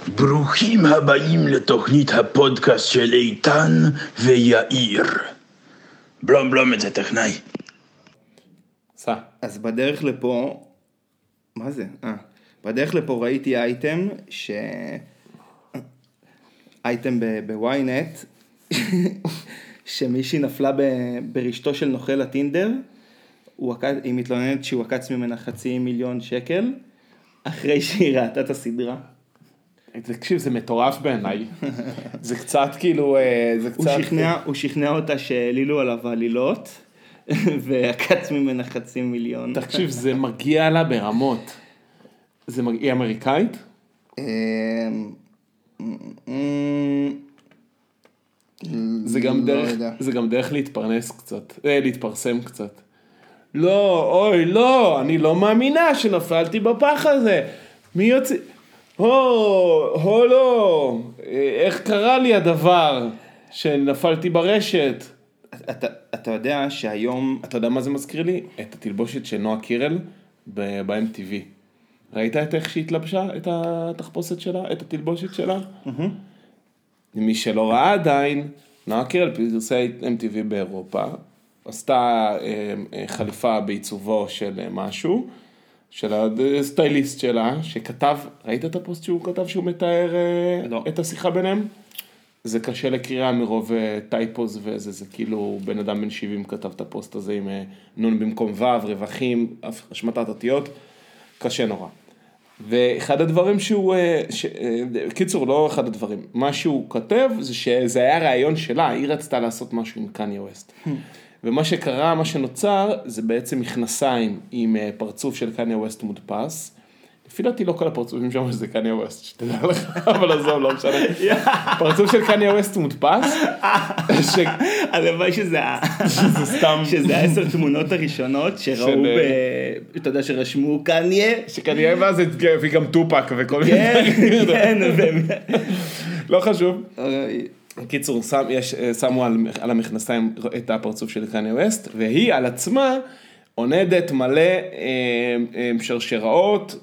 ברוכים הבאים לתוכנית הפודקאסט של איתן ויאיר. בלום בלום את זה טכנאי. אז בדרך לפה, מה זה? בדרך לפה ראיתי אייטם אייטם בוויינט, שמישהי נפלה ברשתו של נוכל הטינדר, היא מתלוננת שהוא עקץ ממנה $500,000 אחרי שהיא ראתה את הסדרה. תקשיב, זה מטורף בעיניי. זה קצת כאילו, הוא שכנע אותה שהעלילו עליו עלילות, ועקץ ממנה $500,000. תקשיב, זה מגיע לה ברמות. היא אמריקאית? זה גם דרך להתפרנס קצת, להתפרסם קצת. לא, אוי, לא, אני לא מאמינה שנפלתי בפח הזה. מי יוצא? לא, איך קרה לי הדבר שנפלתי ברשת? אתה יודע שהיום... אתה יודע מה זה מזכיר לי? את התלבושת של נועה קירל ב-MTV. ראית את איך שהיא התלבשה את התחפושת שלה, את התלבושת שלה? מי שלא ראה עדיין, נועה קירל פרסה MTV באירופה, עשתה חליפה בעיצובו של משהו, של הסטייליסט שלה, שכתב, ראית את הפוסט שהוא כתב שהוא מתאר את השיחה ביניהם? זה קשה לקריאה מרוב טייפוז וזה, זה כאילו בן אדם בן 70 כתב את הפוסט הזה עם נון במקום ו', רווחים, השמטת אותיות, קשה נורא. ואחד הדברים קיצור, לא אחד הדברים, מה שהוא כתב זה שזה היה רעיון שלה, היא רצתה לעשות משהו עם קניה ווסט. ומה שקרה, מה שנוצר, זה בעצם מכנסיים עם פרצוף של קניה ווסט מודפס. לפי דעתי לא כל הפרצופים שם שזה קניה ווסט, שתדע לך, אבל עזוב, לא משנה. פרצוף של קניה ווסט מודפס. הלוואי שזה סתם. שזה 10 תמונות הראשונות שראו אתה יודע, שרשמו קניה. שקניה ואז הביא גם טופק וכל מיני. כן. לא חשוב. קיצור, שמו על המכנסיים את הפרצוף של קניה ווסט, והיא על עצמה עונדת מלא שרשראות,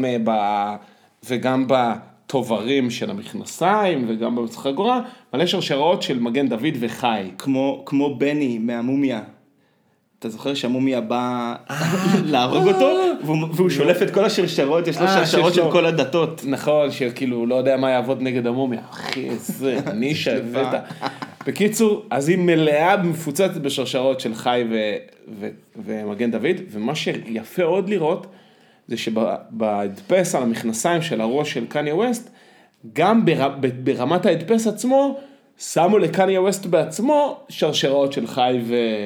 וגם בתוברים של המכנסיים, וגם בחגורה, מלא שרשראות של מגן דוד וחי. כמו בני מהמומיה. אתה זוכר שהמומיה בא להרוג אותו, והוא שולף את כל השרשרות, יש לו שרשרות של כל הדתות. נכון, שכאילו לא יודע מה יעבוד נגד המומיה. אחי, איזה נישה הבאת. בקיצור, אז היא מלאה מפוצצת בשרשרות של חי ומגן דוד, ומה שיפה עוד לראות, זה שבהדפס על המכנסיים של הראש של קניה ווסט, גם ברמת ההדפס עצמו, שמו לקניה ווסט בעצמו שרשרות של חי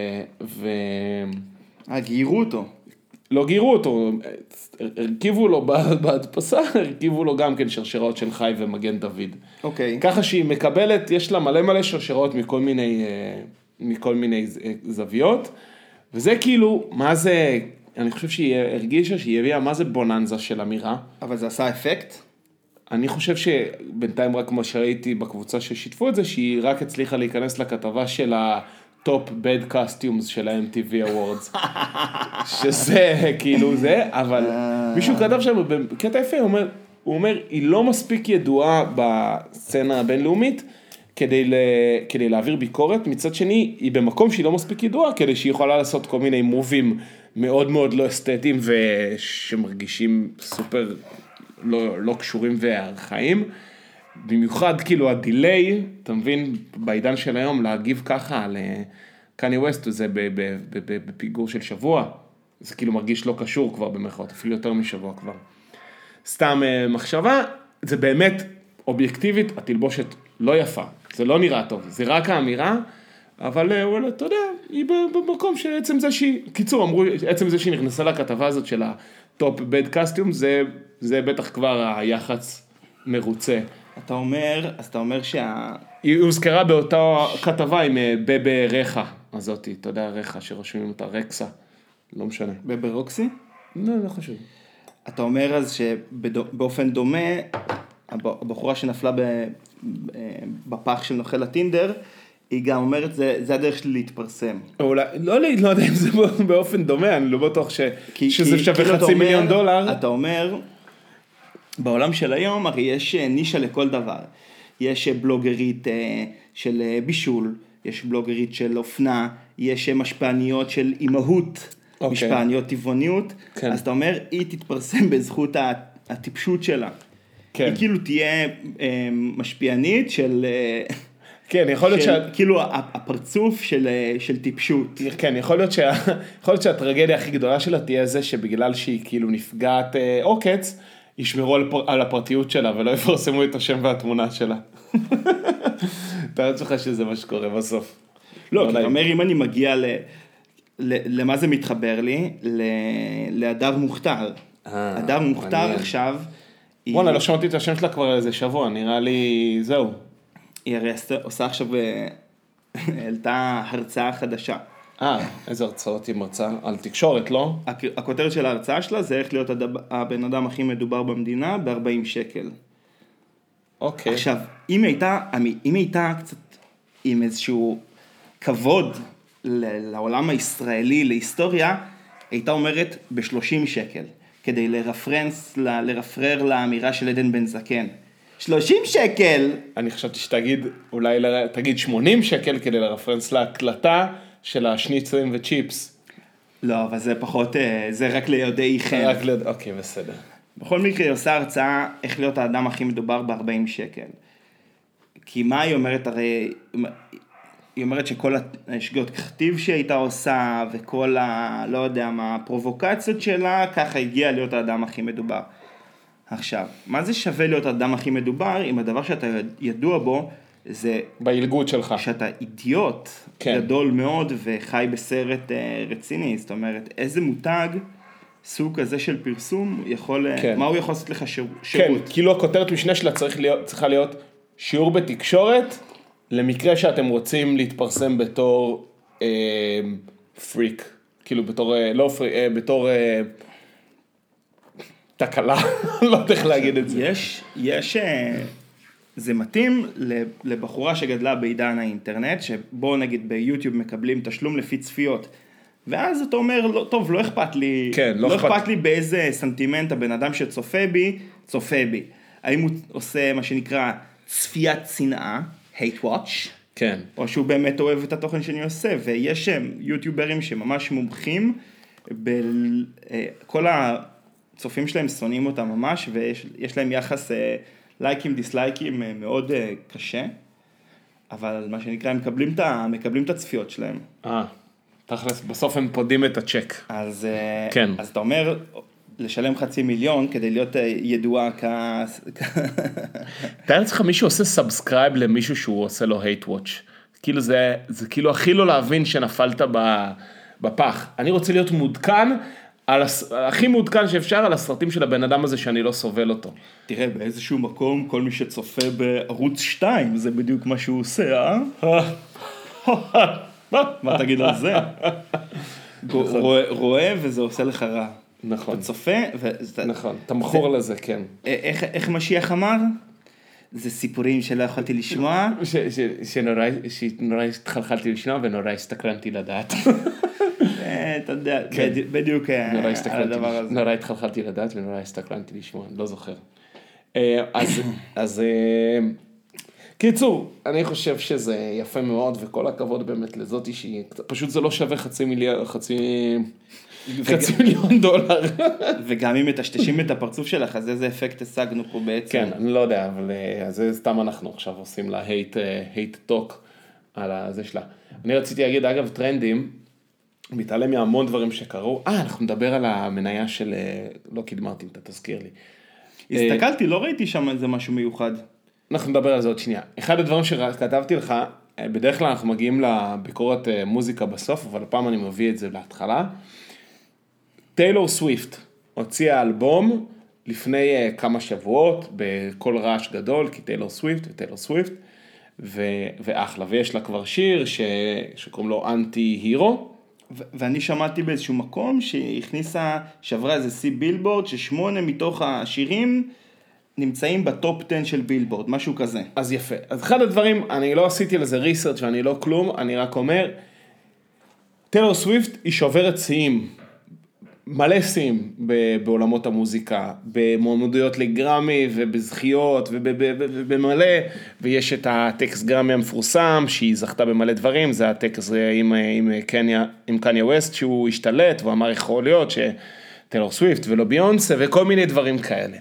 גיירו אותו. לא גיירו אותו, הרכיבו לו בהדפסה, הרכיבו לו גם כן שרשרות של חי ומגן דוד. אוקיי. ככה שהיא מקבלת, יש לה מלא שרשרות מכל מיני זוויות, וזה כאילו, מה זה, אני חושב שהיא הרגישה שהיא הביאה מה זה בוננזה של אמירה. אבל זה עשה אפקט? אני חושב שבינתיים רק כמו שראיתי בקבוצה ששיתפו את זה, שהיא רק הצליחה להיכנס לכתבה של ה-Top Bad Costumes של ה-MTV Awards. שזה כאילו זה, אבל מישהו כתב שם, בקטע יפה, הוא אומר, היא לא מספיק ידועה בסצנה הבינלאומית, כדי להעביר ביקורת, מצד שני, היא במקום שהיא לא מספיק ידועה, כדי שהיא יכולה לעשות כל מיני מובים מאוד מאוד לא אסתטיים, ושמרגישים סופר לא קשורים וארכאיים, במיוחד כאילו הדיליי, אתה מבין, בעידן של היום, להגיב ככה על קניה ווסט, זה בפיגור של שבוע, זה כאילו מרגיש לא קשור כבר במרכאות, אפילו יותר משבוע כבר. סתם מחשבה, זה באמת אובייקטיבית, התלבושת לא יפה, זה לא נראה טוב, זה רק האמירה, אבל וואלה, אתה יודע, היא במקום שעצם זה שהיא, קיצור, אמרו, עצם זה שהיא נכנסה לכתבה הזאת של ה-Top Bad Costume, זה בטח כבר היחס מרוצה. אתה אומר היא הוזכרה באותה כתבה עם בבה רחה הזאת, אתה יודע, רחה שרושמים אותה, רקסה, לא משנה. בבה רוקסי? לא חשוב. אתה אומר אז שבאופן דומה, הבחורה שנפלה בפח של נוכל הטינדר, היא גם אומרת, זה הדרך שלי להתפרסם. לא יודע אם זה באופן דומה, אני לא בטוח שזה שווה $500,000. אתה אומר, בעולם של היום הרי יש נישה לכל דבר. יש בלוגרית של בישול, יש בלוגרית של אופנה, יש משפעניות של אימהות, משפעניות טבעוניות, אז אתה אומר, היא תתפרסם בזכות הטיפשות שלה. היא כאילו תהיה משפיענית של... כן, יכול להיות כאילו הפרצוף של טיפשות. כן, יכול להיות שהטרגדיה הכי גדולה שלה תהיה זה שבגלל שהיא כאילו נפגעת עוקץ, ישמרו על הפרטיות שלה ולא יפרסמו את השם והתמונה שלה. תאר לך שזה מה שקורה בסוף. לא, כי אומר, אם אני מגיע למה זה מתחבר לי? להדר מוכתר. הדר מוכתר עכשיו... בוא'נה, לא שמעתי את השם שלה כבר איזה שבוע, נראה לי זהו. היא הרי עושה עכשיו, העלתה הרצאה חדשה. איזה הרצאות היא מרצה? על תקשורת, לא? הכותרת של ההרצאה שלה זה איך להיות הבן אדם הכי מדובר במדינה ב-40 שקל. אוקיי. עכשיו, אם הייתה קצת עם איזשהו כבוד לעולם הישראלי, להיסטוריה, הייתה אומרת ב-30 שקל, כדי לרפרר לאמירה של עדן בן זקן. 30 שקל! אני חשבתי שתגיד, אולי תגיד 80 שקל כדי לרפרנס להקלטה של השניצלים וצ'יפס. לא, אבל זה פחות, זה רק ליודעי חן. אוקיי, בסדר. בכל מקרה היא עושה הרצאה איך להיות האדם הכי מדובר ב-40 שקל. כי מה היא אומרת? הרי היא אומרת שכל השגיאות כתיב שהייתה עושה וכל לא יודע מה, הפרובוקציות שלה, ככה הגיע להיות האדם הכי מדובר. עכשיו, מה זה שווה להיות האדם הכי מדובר אם הדבר שאתה ידוע בו זה... בהילגות שלך. שאתה אידיוט גדול מאוד וחי בסרט רציני. זאת אומרת, איזה מותג, סוג כזה של פרסום, יכול... מה הוא יכול לעשות לך שירות? כן, כאילו הכותרת משנה שלה צריכה להיות שיעור בתקשורת, למקרה שאתם רוצים להתפרסם בתור פריק. כאילו בתור... לא פריק, בתור... תקלה, לא יודע איך להגיד את זה. זה מתאים לבחורה שגדלה בעידן האינטרנט, שבו נגיד ביוטיוב מקבלים תשלום לפי צפיות, ואז אתה אומר, טוב, לא אכפת לי, לא אכפת לי באיזה סנטימנט הבן אדם שצופה בי, צופה בי. האם הוא עושה מה שנקרא צפיית צנעה, hate watch, כן. או שהוא באמת אוהב את התוכן שאני עושה, ויש יוטיוברים שממש מומחים, כל הצופים שלהם שונאים אותם ממש, ויש להם יחס לייקים, דיסלייקים מאוד קשה, אבל מה שנקרא, הם מקבלים את הצפיות שלהם. תכלס, בסוף הם פודים את הצ'ק. אז אתה אומר, לשלם 500,000 כדי להיות ידוע תאר לך מישהו עושה סאבסקרייב למישהו שהוא עושה לו hate watch. כאילו זה כאילו הכי לא להבין שנפלת בפח. אני רוצה להיות מעודכן, הכי מעודכן שאפשר על הסרטים של הבן אדם הזה שאני לא סובל אותו. תראה, באיזשהו מקום, כל מי שצופה בערוץ 2, זה בדיוק מה שהוא עושה, מה תגיד על זה? רואה וזה עושה לך רע. נכון. אתה צופה נכון, אתה מכור לזה, כן. איך משיח אמר? זה סיפורים שלא יכולתי לשמוע. שנורא התחלחלתי לשמוע ונורא הסתקרנתי לדעת. אתה יודע, בדיוק הדבר הזה. נורא התחלחלתי לדעת ונורא הסתקרנתי לשמוע, לא זוכר. אז קיצור, אני חושב שזה יפה מאוד, וכל הכבוד באמת לזאתי שהיא, פשוט זה לא שווה $500,000. וגם אם מטשטשים את הפרצוף שלך, אז איזה אפקט השגנו פה בעצם. כן, אני לא יודע, אבל זה סתם אנחנו עכשיו עושים לה hate talk על זה שלה. אני רציתי להגיד, אגב, טרנדים, מתעלם מהמון דברים שקרו. אנחנו נדבר על המניה של, לא קדמרתי, אתה תזכיר לי. הסתכלתי, לא ראיתי שם איזה משהו מיוחד. אנחנו נדבר על זה עוד שנייה. אחד הדברים שכתבתי לך, בדרך כלל אנחנו מגיעים לביקורת מוזיקה בסוף, אבל הפעם אני מביא את זה להתחלה. טיילור סוויפט הוציאה אלבום לפני כמה שבועות, בכל רעש גדול, כי טיילור סוויפט, ואחלה, ויש לה כבר שיר שקוראים לו אנטי הירו. ואני שמעתי באיזשהו מקום שהכניסה, שעברה איזה סי בילבורד, ש8 מתוך השירים נמצאים בטופ 10 של בילבורד, משהו כזה. אז יפה. אז אחד הדברים, אני לא עשיתי לזה ריסרצ' ואני לא כלום, אני רק אומר, טיילור סוויפט היא שוברת שיאים מלא סים בעולמות המוזיקה, במועמדויות לגרמי ובזכיות ובמלא, ויש את הטקסט גרמי המפורסם שהיא זכתה במלא דברים, זה הטקסט עם קניה ווסט שהוא השתלט והוא אמר יכול להיות שטיילור סוויפט ולא ביונסה וכל מיני דברים כאלה.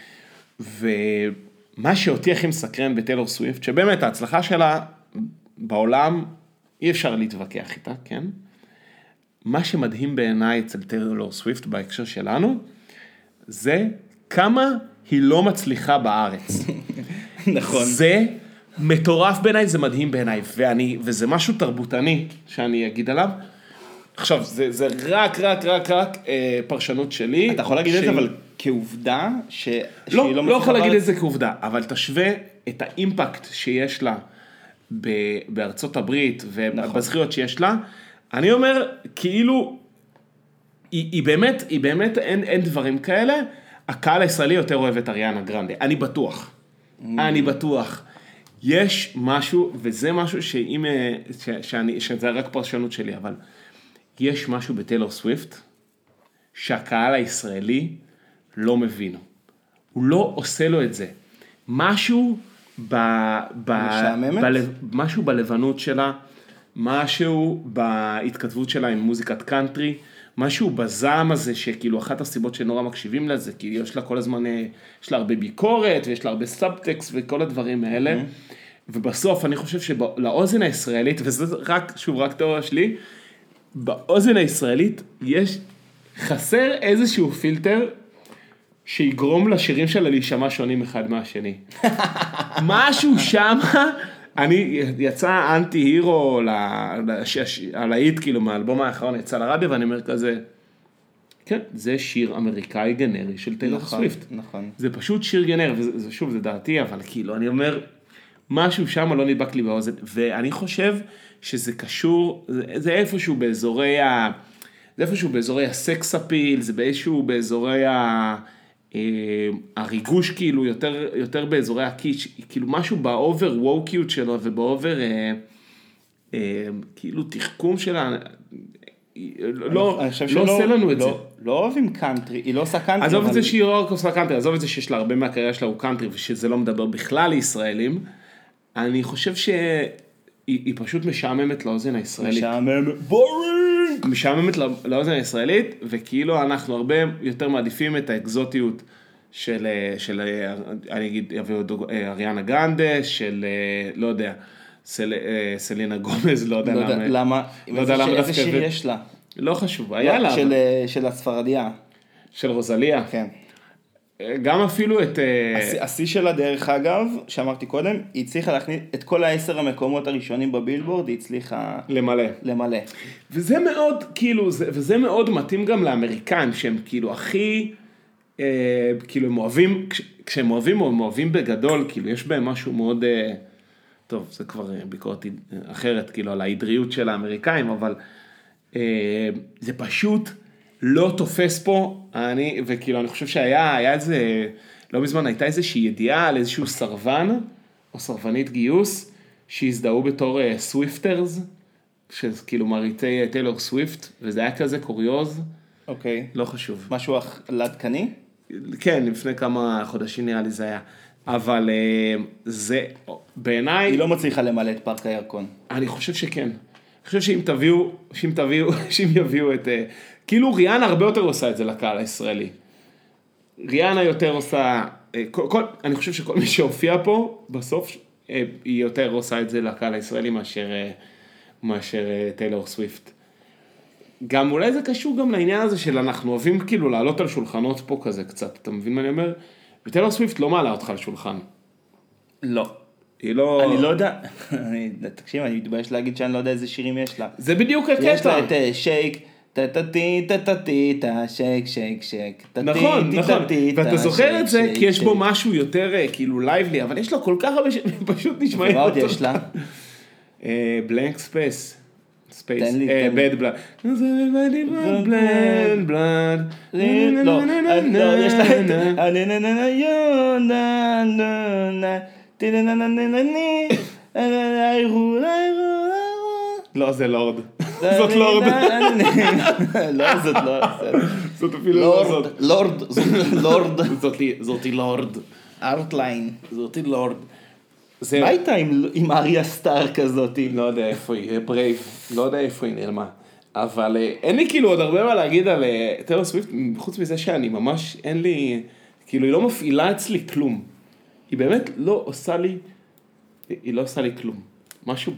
ומה שאותי הכי מסקרן בטיילור סוויפט, שבאמת ההצלחה שלה בעולם אי אפשר להתווכח איתה, כן? מה שמדהים בעיניי אצל טיילור סוויפט בהקשר שלנו, זה כמה היא לא מצליחה בארץ. נכון. זה מטורף בעיניי, זה מדהים בעיניי, וזה משהו תרבותני שאני אגיד עליו. עכשיו, זה רק פרשנות שלי. אתה יכול להגיד את זה אבל כעובדה שהיא לא מצליחה בארץ? לא יכול להגיד את זה כעובדה, אבל תשווה את האימפקט שיש לה בארצות הברית ובזכיות שיש לה, אני אומר, כאילו, היא באמת, אין דברים כאלה, הקהל הישראלי יותר אוהב את אריאנה גרנדה, אני בטוח, יש משהו, וזה משהו שזה רק פרשנות שלי, אבל יש משהו בטיילור סוויפט, שהקהל הישראלי לא מבין, הוא לא עושה לו את זה, משהו משהו בלבנות שלה, משהו בהתכתבות שלה עם מוזיקת קאנטרי, משהו בזעם הזה שכאילו אחת הסיבות שנורא מקשיבים לזה, כי יש לה כל הזמן, יש לה הרבה ביקורת ויש לה הרבה סאבטקסט וכל הדברים האלה, ובסוף אני חושב שלאוזן הישראלית, וזה רק תיאוריה שלי, באוזן הישראלית חסר איזשהו פילטר שיגרום לשירים שלה להישמע שונים אחד מהשני. משהו שם, יצא אנטי הירו הלהיט, כאילו מהאלבום האחרון יצא לרדיו, ואני אומר כזה, כן, זה שיר אמריקאי גנרי של טיילור סוויפט. נכון. זה פשוט שיר גנרי, ושוב, זה דעתי, אבל כאילו, אני אומר, משהו שם לא נדבק לי באוזן, ואני חושב שזה קשור, זה איפשהו באזורי הסקס אפיל, זה באזורי הריגוש כאילו יותר באזורי הקיץ', כאילו משהו באובר ווקיות שלו ובאובר כאילו תחכום שלה, לא עושה לנו את זה. לא אוהבים קאנטרי, היא לא עושה קאנטרי. עזוב את זה שהיא לא עושה קאנטרי, עזוב את זה שיש לה הרבה מהקריירה שלה הוא קאנטרי, ושזה לא מדבר בכלל לישראלים, אני חושב שהיא פשוט משעממת לאוזן הישראלית. משעממת לאוזן הישראלית, וכאילו אנחנו הרבה יותר מעדיפים את האקזוטיות של אני אגיד, אריאנה גרנדה, של, לא יודע, סלינה גומז, לא יודע למה. איזה שיר יש לה? לא חשוב, היה לה. של הספרדיה. של רוזליה. כן. גם אפילו את... השיא שלה דרך אגב, שאמרתי קודם, היא הצליחה להכניס את כל 10 המקומות הראשונים בבילבורד, היא הצליחה... למלא. וזה מאוד, כאילו, וזה מאוד מתאים גם לאמריקאים, שהם כאילו הכי, כאילו הם אוהבים, כשהם אוהבים או הם אוהבים בגדול, כאילו יש בהם משהו מאוד, טוב, זה כבר ביקורת אחרת, כאילו, על העדריות של האמריקאים, אבל זה פשוט... לא תופס פה, וכאילו אני חושב היה איזה, לא מזמן הייתה איזושהי ידיעה על איזשהו סרבן, או סרבנית גיוס, שהזדהו בתור סוויפטרס, שכאילו מריתי טיילור סוויפט, וזה היה כזה קוריוז. אוקיי. לא חשוב. משהו לדקני? כן, לפני כמה חודשים נראה לי זה היה. אבל זה, בעיניי... היא לא מצליחה למלא את פארק הירקון. אני חושב שכן. אני חושב שאם יביאו את... כאילו ריאנה הרבה יותר עושה את זה לקהל הישראלי. ריאנה יותר עושה, אני חושב שכל מי שהופיע פה, בסוף, היא יותר עושה את זה לקהל הישראלי מאשר טיילור סוויפט. גם אולי זה קשור גם לעניין הזה של אנחנו אוהבים כאילו לעלות על שולחנות פה כזה קצת, אתה מבין מה אני אומר? וטיילור סוויפט לא מעלה אותך על שולחן. לא. היא לא... אני לא יודע, תקשיב, אני מתבייש להגיד שאני לא יודע איזה שירים יש לה. זה בדיוק הקטע. יש לה את שייק, שייק, שייק, שייק. נכון, ואתה זוכר את זה כי יש בו משהו יותר כאילו לייבלי, אבל יש לו כל כך הרבה פשוט נשמעים. ומה עוד יש לה? בלנק ספייס. בד בלאד. בלד בלד. לא, יש לה את... לא, זה לורד. זאת לורד. לא, זאת לא. זאת אפילו לא זאת. לורד. זאתי לורד. ארטליין. זאתי לורד. מה הייתה עם אריה סטארק הזאת? לא יודע איפה היא, ברייב, לא יודע איפה היא נעלמה. אבל אין לי כאילו עוד הרבה מה להגיד על טיילור סוויפט, חוץ מזה שאני ממש, אין לי, כאילו היא לא מפעילה אצלי כלום. היא באמת לא עושה לי, היא לא עושה לי כלום. משהו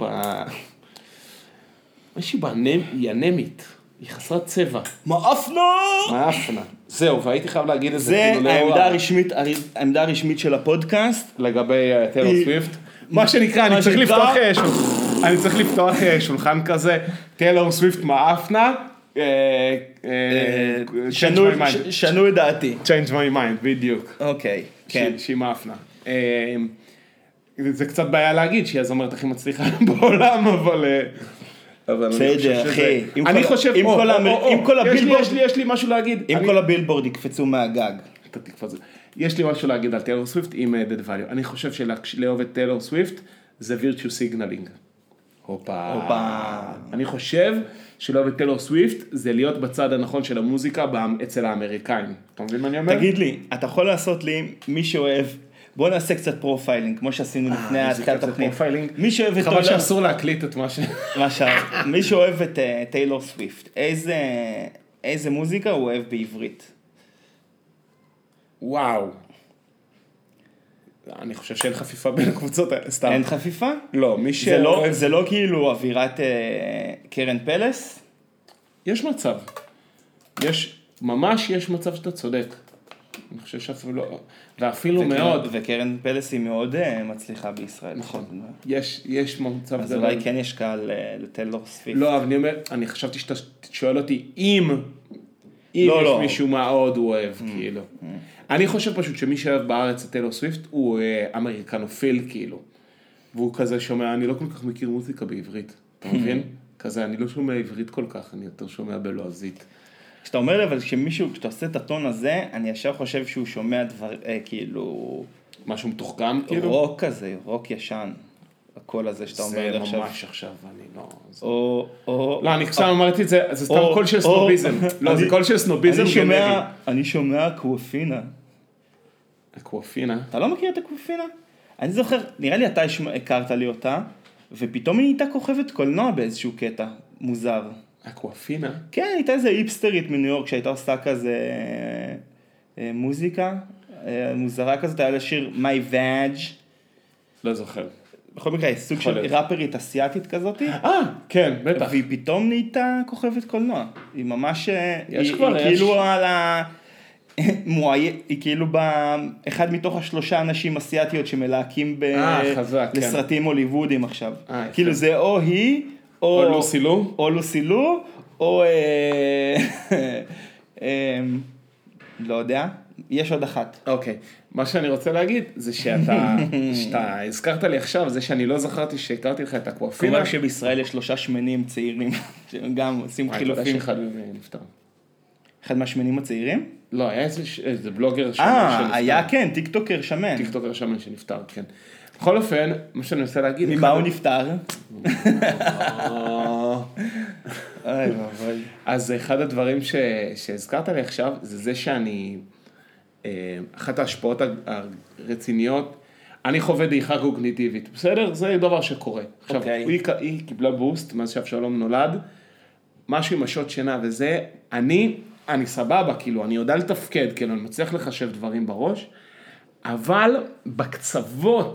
היא אנמית, היא חסרת צבע. מאפנה. זהו, והייתי חייב להגיד את זה. זה העמדה הרשמית של הפודקאסט. לגבי טיילור סוויפט. מה שנקרא, אני צריך לפתוח שולחן כזה, טיילור סוויפט מאפנה, שנו את דעתי. change my mind, בדיוק. אוקיי, כן. שהיא מאפנה. זה קצת בעיה להגיד שהיא הזמרת הכי מצליחה בעולם, אבל... בסדר, אחי. אני חושב, יש לי משהו להגיד. אם כל הבילבורד יקפצו מהגג. יש לי משהו להגיד על טיילור סוויפט עם dead value. אני חושב שלאהוב את טיילור סוויפט זה virtue signaling. הופה. אני חושב שלאהוב את טיילור סוויפט זה להיות בצד הנכון של המוזיקה אצל האמריקאים. אתה מבין מה אני אומר? תגיד לי, אתה יכול לעשות לי מי שאוהב, בוא נעשה קצת פרופיילינג, כמו שעשינו לפני התחלת התוכנית. מי שאוהב את חבל שאסור להקליט את מה מי שאוהב את טיילור סוויפט, איזה מוזיקה הוא אוהב בעברית? וואו. אני חושב שאין חפיפה בין הקבוצות, סתם. אין חפיפה? לא, זה לא כאילו אווירת קרן פלס? יש מצב. יש מצב שאתה צודק. אני חושב שאפילו לא, ואפילו מאוד. וקרן פלס היא מאוד מצליחה בישראל. נכון. יש מצב. אז אולי כן יש קהל לטיילור סוויפט. לא, אבל אני חשבתי שאתה שואל אותי אם יש מישהו מה עוד הוא אוהב, כאילו. אני חושב פשוט שמי שאוהב בארץ את טיילור סוויפט הוא אמריקנופיל, כאילו. והוא כזה שומע, אני לא כל כך מכיר מוזיקה בעברית, אתה מבין? כזה, אני לא שומע עברית כל כך, אני יותר שומע בלועזית. כשאתה אומר לי, אבל כשאתה עושה את הטון הזה, אני ישר חושב שהוא שומע דבר, כאילו... משהו מתוחכם, כאילו? רוק כזה, רוק ישן. הקול הזה שאתה אומר לי עכשיו. זה ממש עכשיו, אני לא... לא, אני סתם אמרתי את זה, זה סתם קול של סנוביזם. לא, זה קול של סנוביזם גנרי. אני שומע קוופינה. הקוופינה? אתה לא מכיר את הקוופינה? אני זוכר, נראה לי אתה הכרת לי אותה, ופתאום היא הייתה כוכבת קולנוע באיזשהו קטע מוזר. הקוופינה? כן, הייתה איזה היפסטרית מניו יורק שהייתה עושה כזה מוזיקה, מוזרה כזאת, היה לה שיר My Vag. לא זוכר. בכל מקרה, סוג של ראפרית אסיאטית כזאת. כן, בטח. והיא פתאום נהייתה כוכבת קולנוע. היא ממש, היא כאילו על ה... היא כאילו אחד מתוך 3 אנשים אסיאטיות שמלהקים לסרטים הוליוודיים עכשיו. כאילו זה או היא, או לוסילו, או לא יודע, יש עוד אחת. אוקיי, מה שאני רוצה להגיד זה שאתה הזכרת לי עכשיו, זה שאני לא זכרתי שהכרתי לך את הקוופינה. כלומר שבישראל יש 3 שמנים צעירים, שגם עושים חילופים. אתה יודע שאחד נפטר. אחד מהשמנים הצעירים? לא, היה איזה בלוגר שמן שנפטר. היה כן, טיקטוקר שמן. טיקטוקר שמן שנפטר, כן. בכל אופן, מה שאני רוצה להגיד... ממה הוא נפטר? אז אחד הדברים שהזכרת לי עכשיו, זה שאני... אחת ההשפעות הרציניות, אני חווה דעיכה קוגניטיבית, בסדר? זה דבר שקורה. עכשיו, היא קיבלה בוסט, מאז שאבשלום נולד, משהו עם השעות שינה, וזה, אני סבבה, כאילו, אני יודע לתפקד, כאילו, אני מצליח לחשב דברים בראש, אבל בקצוות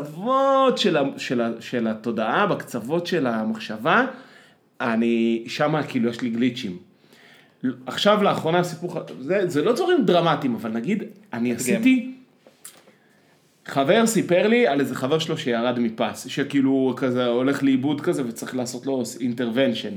של התודעה, בקצוות של המחשבה, שמה כאילו יש לי גליצ'ים. עכשיו לאחרונה הסיפור, זה לא דברים דרמטיים, אבל נגיד, אני עשיתי, חבר סיפר לי על איזה חבר שלו שירד מפס, שכאילו כזה הולך לאיבוד כזה וצריך לעשות לו אינטרוונשן.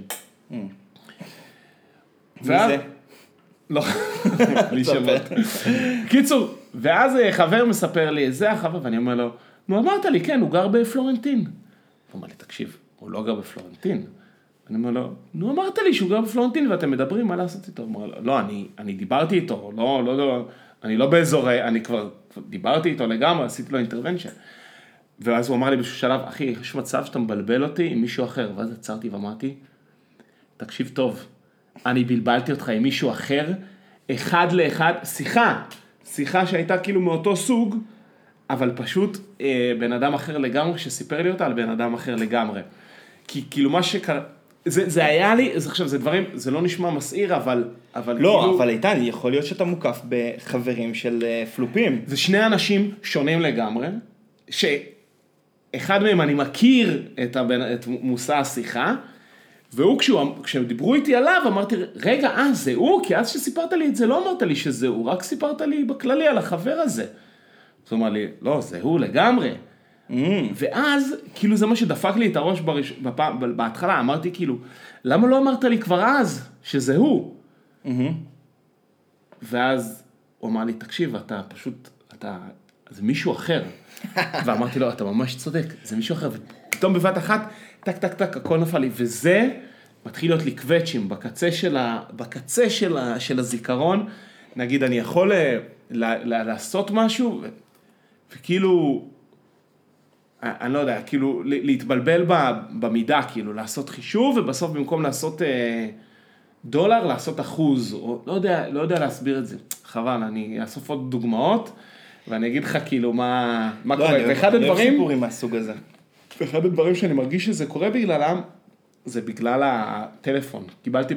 וזה? לא, בלי שמות. קיצור, ואז חבר מספר לי, זה החבר, ואני אומר לו, נו אמרת לי, כן, הוא גר בפלורנטין. הוא אומר לי, תקשיב, הוא לא גר בפלורנטין. אני אומר לו, נו אמרת לי שהוא גר בפלורנטין, ואתם מדברים מה לעשות איתו. הוא אומר לו, לא, אני דיברתי איתו, אני לא באזורי, אני כבר דיברתי איתו לגמרי, עשיתי לו אינטרוונשן. ואז הוא אמר לי בשביל שלב, אחי, יש מצב שאתה מבלבל אותי עם מישהו אחר, ואז עצרתי ואמרתי, תקשיב טוב, אני בלבלתי אותך עם מישהו אחר, אחד לאחד, שיחה שהייתה כאילו מאותו סוג, אבל פשוט בן אדם אחר לגמרי, שסיפר לי אותה על בן אדם אחר לגמרי. כי כאילו מה שקרה, זה היה לי, עכשיו זה דברים, זה לא נשמע מסעיר, אבל לא, כאילו... אבל איתן, יכול להיות שאתה מוקף בחברים של פלופים. זה שני אנשים שונים לגמרי, שאחד מהם אני מכיר את מושא השיחה, והוא כשהם דיברו איתי עליו, אמרתי, רגע, זה הוא? כי אז שסיפרת לי את זה, לא אמרת לי שזה הוא, רק סיפרת לי בכללי על החבר הזה. אז הוא אמר לי, לא, זה הוא לגמרי. ואז, כאילו זה מה שדפק לי את הראש בהתחלה, אמרתי כאילו, למה לא אמרת לי כבר אז שזה הוא? ואז הוא אמר לי, תקשיב, אתה פשוט, זה מישהו אחר. ואמרתי לו, אתה ממש צודק, זה מישהו אחר. ופתאום בבת אחת, טק, טק, טק, הכל נפל לי. וזה מתחיל להיות לי קווצ'ים בקצה של הזיכרון. נגיד, אני יכול לעשות משהו, וכאילו, אני לא יודע, כאילו, להתבלבל במידה, כאילו, לעשות חישוב, ובסוף במקום לעשות דולר, לעשות אחוז, או לא יודע להסביר את זה. חבל, אני אאסוף עוד דוגמאות, ואני אגיד לך כאילו מה קורה. ואחד הדברים... סיפורים מהסוג הזה. ואחד הדברים שאני מרגיש שזה קורה בגללם, זה בגלל הטלפון. קיבלתי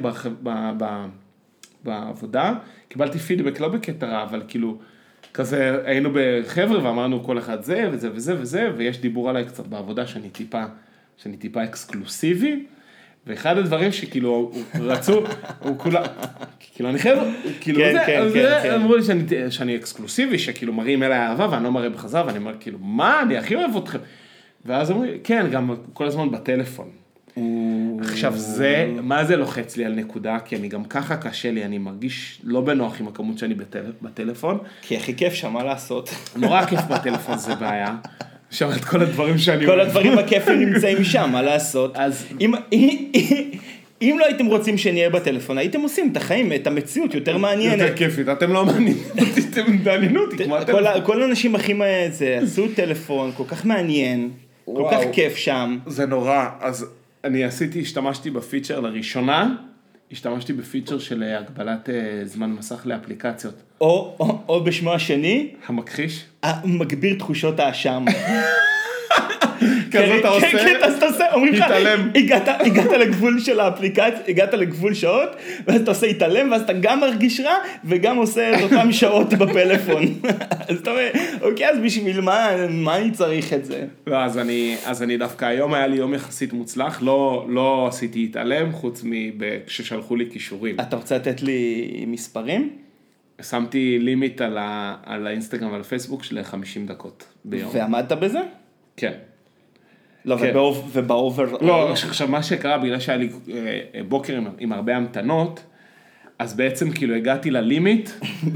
בעבודה, קיבלתי פידבק לא בקטע רע, אבל כאילו, כזה היינו בחבר'ה ואמרנו כל אחד זה וזה וזה וזה, ויש דיבור עליי קצת בעבודה שאני טיפה אקסקלוסיבי, ואחד הדברים שכאילו רצו, הוא כולה, כאילו אני חייב, כאילו זה, אמרו לי שאני אקסקלוסיבי, שכאילו מראים אליי אהבה, ואני לא מראה בחזרה, ואני אומר כאילו, מה, אני הכי אוהב אתכם. ואז אמרו לי, כן, גם כל הזמן בטלפון. עכשיו זה, מה זה לוחץ לי על נקודה? כי אני גם ככה קשה לי, אני מרגיש לא בנוח עם הכמות שאני בטלפון. כי הכי כיף שם, מה לעשות? נורא כיף בטלפון, זה בעיה. שם את כל הדברים שאני... כל הדברים הכיפים נמצאים שם, מה לעשות? אם לא הייתם רוצים שנהיה בטלפון, הייתם עושים את החיים, את המציאות יותר מעניינת. יותר כיפית, אתם לא מעניינים אותי, אתם מעניינו אותי. כל האנשים הכי זה, עשו טלפון, כל כך מעניין, כל כך כיף שם. זה נורא, אז אני השתמשתי בפיצ'ר לראשונה, השתמשתי בפיצ'ר של הגבלת זמן מסך לאפליקציות. או בשמו השני, המכחיש. מגביר תחושות האשם. כזאת אתה עושה, כן, אז אתה עושה, אומרים לך, הגעת לגבול של האפליקציה, הגעת לגבול שעות, ואז אתה עושה התעלם, ואז אתה גם מרגיש רע, וגם עושה את אותם שעות בפלאפון. אז אתה אומר, אוקיי, אז בשביל מה אני צריך את זה? לא, אז אני דווקא, היום היה לי יום יחסית מוצלח, לא עשיתי התעלם, חוץ כששלחו לי קישורים. אתה רוצה לתת לי מספרים? שמתי לימיט על האינסטגרם ועל הפייסבוק של 50 דקות ביום. ועמדת בזה? כן. לא, ובאובר... לא, עכשיו מה שקרה, בגלל שהיה לי בוקר עם הרבה המתנות, אז בעצם כאילו הגעתי ללימיט,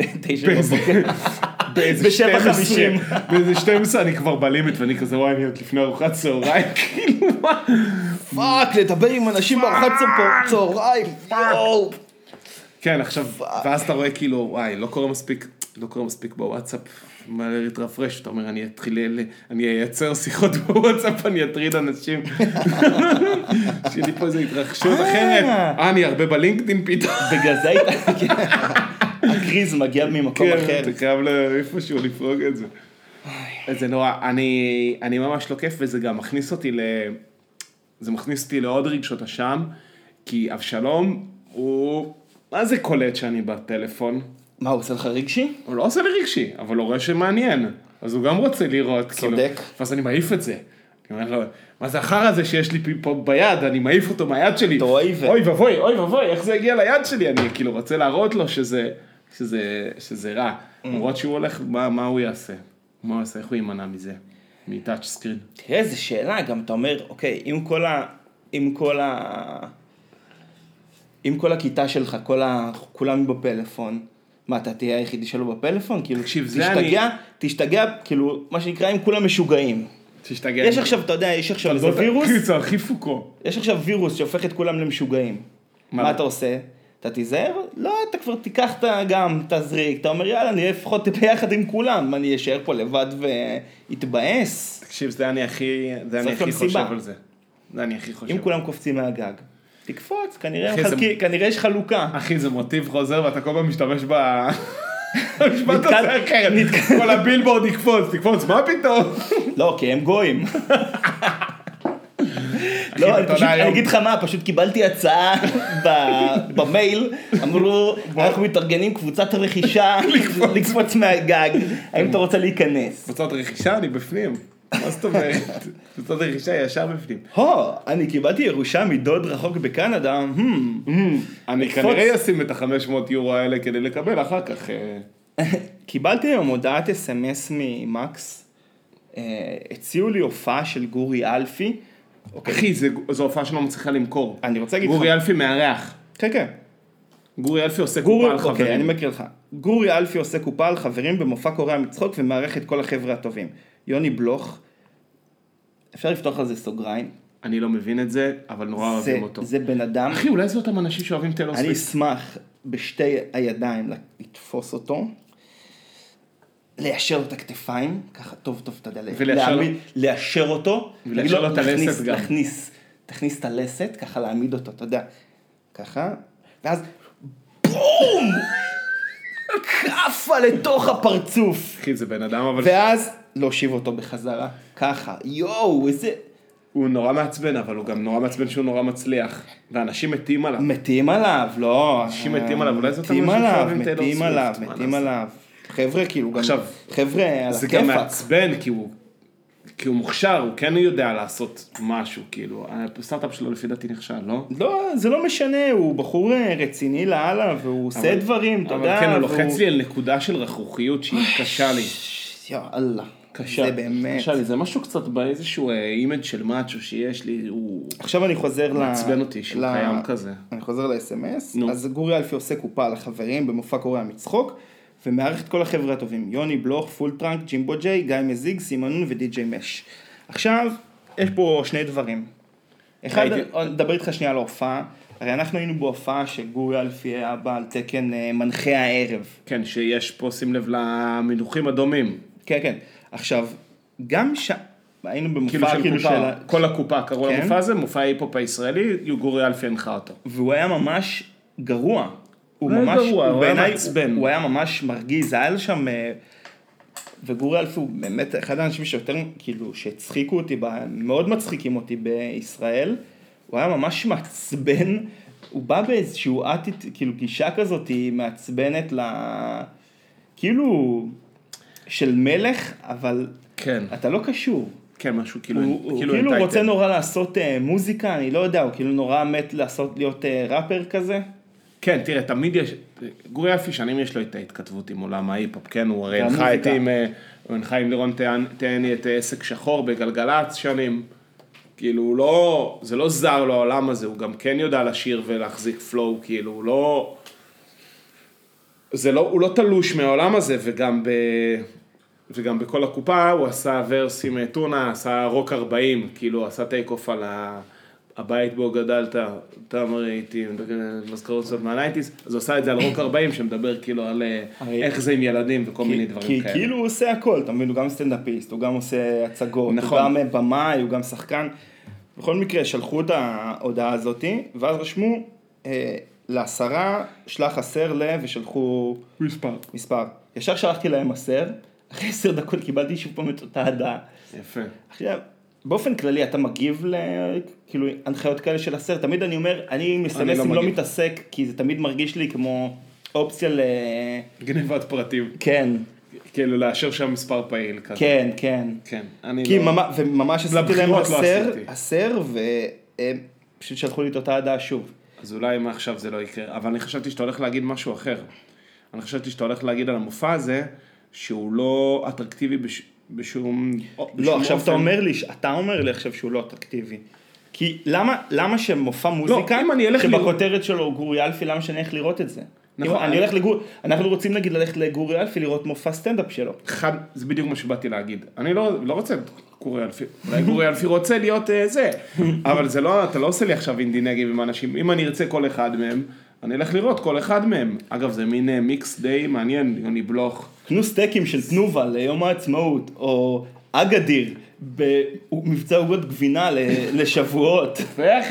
באיזה 12 אני כבר בלימיט, ואני כזה וואי, אני עוד לפני ארוחת צהריים, כאילו מה? פאק, לדבר עם אנשים בארוחת צהריים, יואו. כן, עכשיו, ואז אתה רואה כאילו, וואי, לא קורה מספיק בוואטסאפ, מה להתרפרש, אתה אומר, אני אייצר שיחות בוואטסאפ, אני אטריד אנשים, שיהיה לי פה איזו התרחשות אחרת, אני הרבה בלינקדין פתאום. בגלל זה הקריז מגיע ממקום אחר. כן, אתה חייב איפשהו לפרוג את זה. זה נורא, אני ממש לא כיף, וזה גם מכניס אותי לעוד רגשות אשם, כי אבשלום הוא, מה זה קולט שאני בטלפון? מה, הוא עושה לך רגשי? הוא לא עושה לי רגשי, אבל הוא רואה שמעניין. אז הוא גם רוצה לראות. צודק. ואז אני מעיף את זה. אני אומר לו, מה זה אחר הזה שיש לי פה ביד? אני מעיף אותו מהיד שלי. אוי ובוי, איך זה הגיע ליד שלי? אני כאילו רוצה להראות לו שזה רע. למרות שהוא הולך, מה הוא יעשה? מה הוא יעשה? איך הוא יימנע מזה? מטאץ' סקרין. תראה, זו שאלה, גם אתה אומר, אוקיי, עם כל הכיתה שלך, כולם בפלאפון, מה, אתה תהיה היחידי שלו בפלאפון? כאילו, תשתגע, כאילו, מה שנקרא, אם כולם משוגעים. תשתגע. יש עכשיו, אתה יודע, יש עכשיו איזה וירוס. זה הכי פוקו. יש עכשיו וירוס שהופך את כולם למשוגעים. מה אתה עושה? אתה תיזהר? לא, אתה כבר תיקח גם, תזריק, אתה אומר, יאללה, אני לפחות ביחד עם כולם, אני אשאר פה לבד והתבאס. תקשיב, זה אני הכי חושב על זה. זה אני הכי חושב. אם כולם קופצים מהגג, תקפוץ, כנראה יש חלוקה. אחי, זה מוטיב חוזר ואתה כל פעם משתמש במשפט הזה אחר. כל הבילבורד תקפוץ, מה פתאום? לא, כי הם גויים. לא, אני אגיד לך מה, פשוט קיבלתי הצעה במייל, אמרו, אנחנו מתארגנים קבוצת רכישה לקפוץ מהגג, האם אתה רוצה להיכנס? קבוצת רכישה? אני בפנים. מה זאת אומרת? קבוצת רכישה ישר בפנים. אני קיבלתי ירושה מדוד רחוק בקנדה, אני כנראה אשים את ה-500 יורו האלה כדי לקבל אחר כך. קיבלתי היום הודעת אס-אמס ממקס, הציעו לי הופעה של גורי אלפי, אחי, זו הופעה שלא מצליחה למכור. אני רוצה להגיד לך. גורי אלפי מארח. כן. גורי אלפי עושה קופה על חברים. אוקיי, אני מכיר לך. גורי אלפי עושה קופה על חברים במופע קורע מצחוק ומערך את כל החבר'ה הטובים. יוני בלוך, אפשר לפתוח על זה סוגריים. אני לא מבין את זה, אבל נורא אוהבים אותו. זה בן אדם. אחי, אולי זה אותם אנשים שאוהבים טיילור סוויפט. אני אשמח בשתי הידיים לתפוס אותו, ליישר לו את הכתפיים, ככה טוב, אתה יודע, ליישר אותו, וליישר לו את הלסת גם. תכניס את הלסת, ככה להעמיד אותו, אתה יודע, ככה, ואז בום! קפה לתוך הפרצוף. אחי, זה בן אדם, אבל... ואז להושיב אותו בחזרה, ככה, יואו, איזה... הוא נורא מעצבן, אבל הוא גם נורא מעצבן שהוא נורא מצליח. ואנשים מתים עליו. לא. אנשים מתים עליו, אולי זאת אנשים שאוהבים טיילור סוויפט. מתים עליו. חבר'ה, כאילו, עכשיו, חבר'ה על הכיפאק. זה גם מעצבן, כי הוא מוכשר, הוא כן יודע לעשות משהו, כאילו, הסטארט-אפ שלו לפי דעתי נכשל, לא? לא, זה לא משנה, הוא בחור רציני לאללה, והוא עושה דברים, אתה יודע. אבל כן, הוא לוחץ לי על נקודה של רכרוכיות שהיא קשה לי. יאללה. קשה. זה באמת. קשה לי, זה משהו קצת באיזשהו אימג' של מאצ'ו שיש לי, הוא... עכשיו אני חוזר מעצבן אותי שהוא קיים כזה. אני חוזר ל-SMS, אז גורי אלפי עושה קופה על החברים במופע קורע מצחוק, ומערכת כל החבר'ה הטובים, יוני בלוך, פול טראנק, ג'ימבו ג'יי, גיא מזיג, סימנון ודי.ג'יי מש. עכשיו, יש פה שני דברים. אחד, נדבר איתך שנייה על ההופעה, הרי אנחנו היינו בהופעה שגורי אלפי היה בעל תקן מנחה הערב. כן, שיש פה, שים לב למינוחים הדומים. כן. עכשיו, גם היינו במופע כאילו של קופה, כל הקופה, קראו למופע הזה, מופע היפ-הופ הישראלי, גורי אלפי הנחה אותו. והוא היה ממש גרוע. הוא היה מעצבן. הוא היה ממש מרגיז, היה שם, וגורי אלפי הוא באמת אחד האנשים שיותר, כאילו, שהצחיקו אותי, מאוד מצחיקים אותי בישראל, הוא היה ממש מעצבן, הוא בא באיזשהו כאילו גישה כזאת, היא מעצבנת כאילו, של מלך, אבל כן. אתה לא קשור. כן, משהו הוא כאילו רוצה נורא לעשות מוזיקה, אני לא יודע, הוא כאילו נורא מת להיות ראפר כזה. כן, תראה, תמיד יש, גורי אלפי שנים יש לו את ההתכתבות עם עולם ההיפ-הופ, כן, הוא הרי הנחה עם לירון תהני את עסק שחור בגלגלצ שנים, כאילו זה לא זר לו העולם הזה, הוא גם כן יודע לשיר ולהחזיק פלואו, כאילו הוא לא תלוש מהעולם הזה, וגם בכל הקופה הוא עשה ורס עם טונה, עשה רוק 40, כאילו עשה טייק אוף על הבית בו גדלת, אתה אומר איתי, מזכרות זאת מהנייטיס, אז הוא עשה את זה על רוק 40, שמדבר כאילו על איך זה עם ילדים וכל מיני דברים כאלה. כי כאילו הוא עושה הכל, אתה מבין, הוא גם סטנדאפיסט, הוא גם עושה הצגות, הוא גם במאי, הוא גם שחקן. בכל מקרה, שלחו את ההודעה הזאת, ואז רשמו ל10, שלח 10 ושלחו מספר. ישר שלחתי להם 10, אחרי 10 דקות קיבלתי שוב פעם את אותה הודעה. יפה. עכשיו, באופן כללי, אתה מגיב כאילו הנחיות כאלה של 10, תמיד אני אומר, אני מסמסים לא מתעסק, כי זה תמיד מרגיש לי כמו אופציה גנבת פרטים. כן. כאילו לאשר שם מספר פעיל כזה. כן. כן. כי וממש עשיתי להם 10, ופשוט שלחו לי את אותה הדעה שוב. אז אולי מעכשיו זה לא יקרה, אבל אני חשבתי שאתה הולך להגיד משהו אחר. אני חשבתי שאתה הולך להגיד על המופע הזה, שהוא לא אטרקטיבי בשום לא, עכשיו אתה אומר לי עכשיו שהוא לא אטרקטיבי. כי למה שמופע מוזיקה, שבכותרת שלו גורי אלפי, למה שאני הולך לראות את זה? אנחנו רוצים נגיד ללכת לגורי אלפי לראות מופע סטנדאפ שלו. זה בדיוק מה שבאתי להגיד. אני לא רוצה גורי אלפי, אולי גורי אלפי רוצה להיות זה, אבל זה לא, אתה לא עושה לי עכשיו אינדינגי עם אנשים, אם אני ארצה כל אחד מהם, אני אלך לראות כל אחד מהם. אגב, זה מין מיקס די מעניין, יוני בלוך. קנו סטייקים של תנובה ליום העצמאות, או אגדיר, במבצע עוגות גבינה לשבועות. ואחי,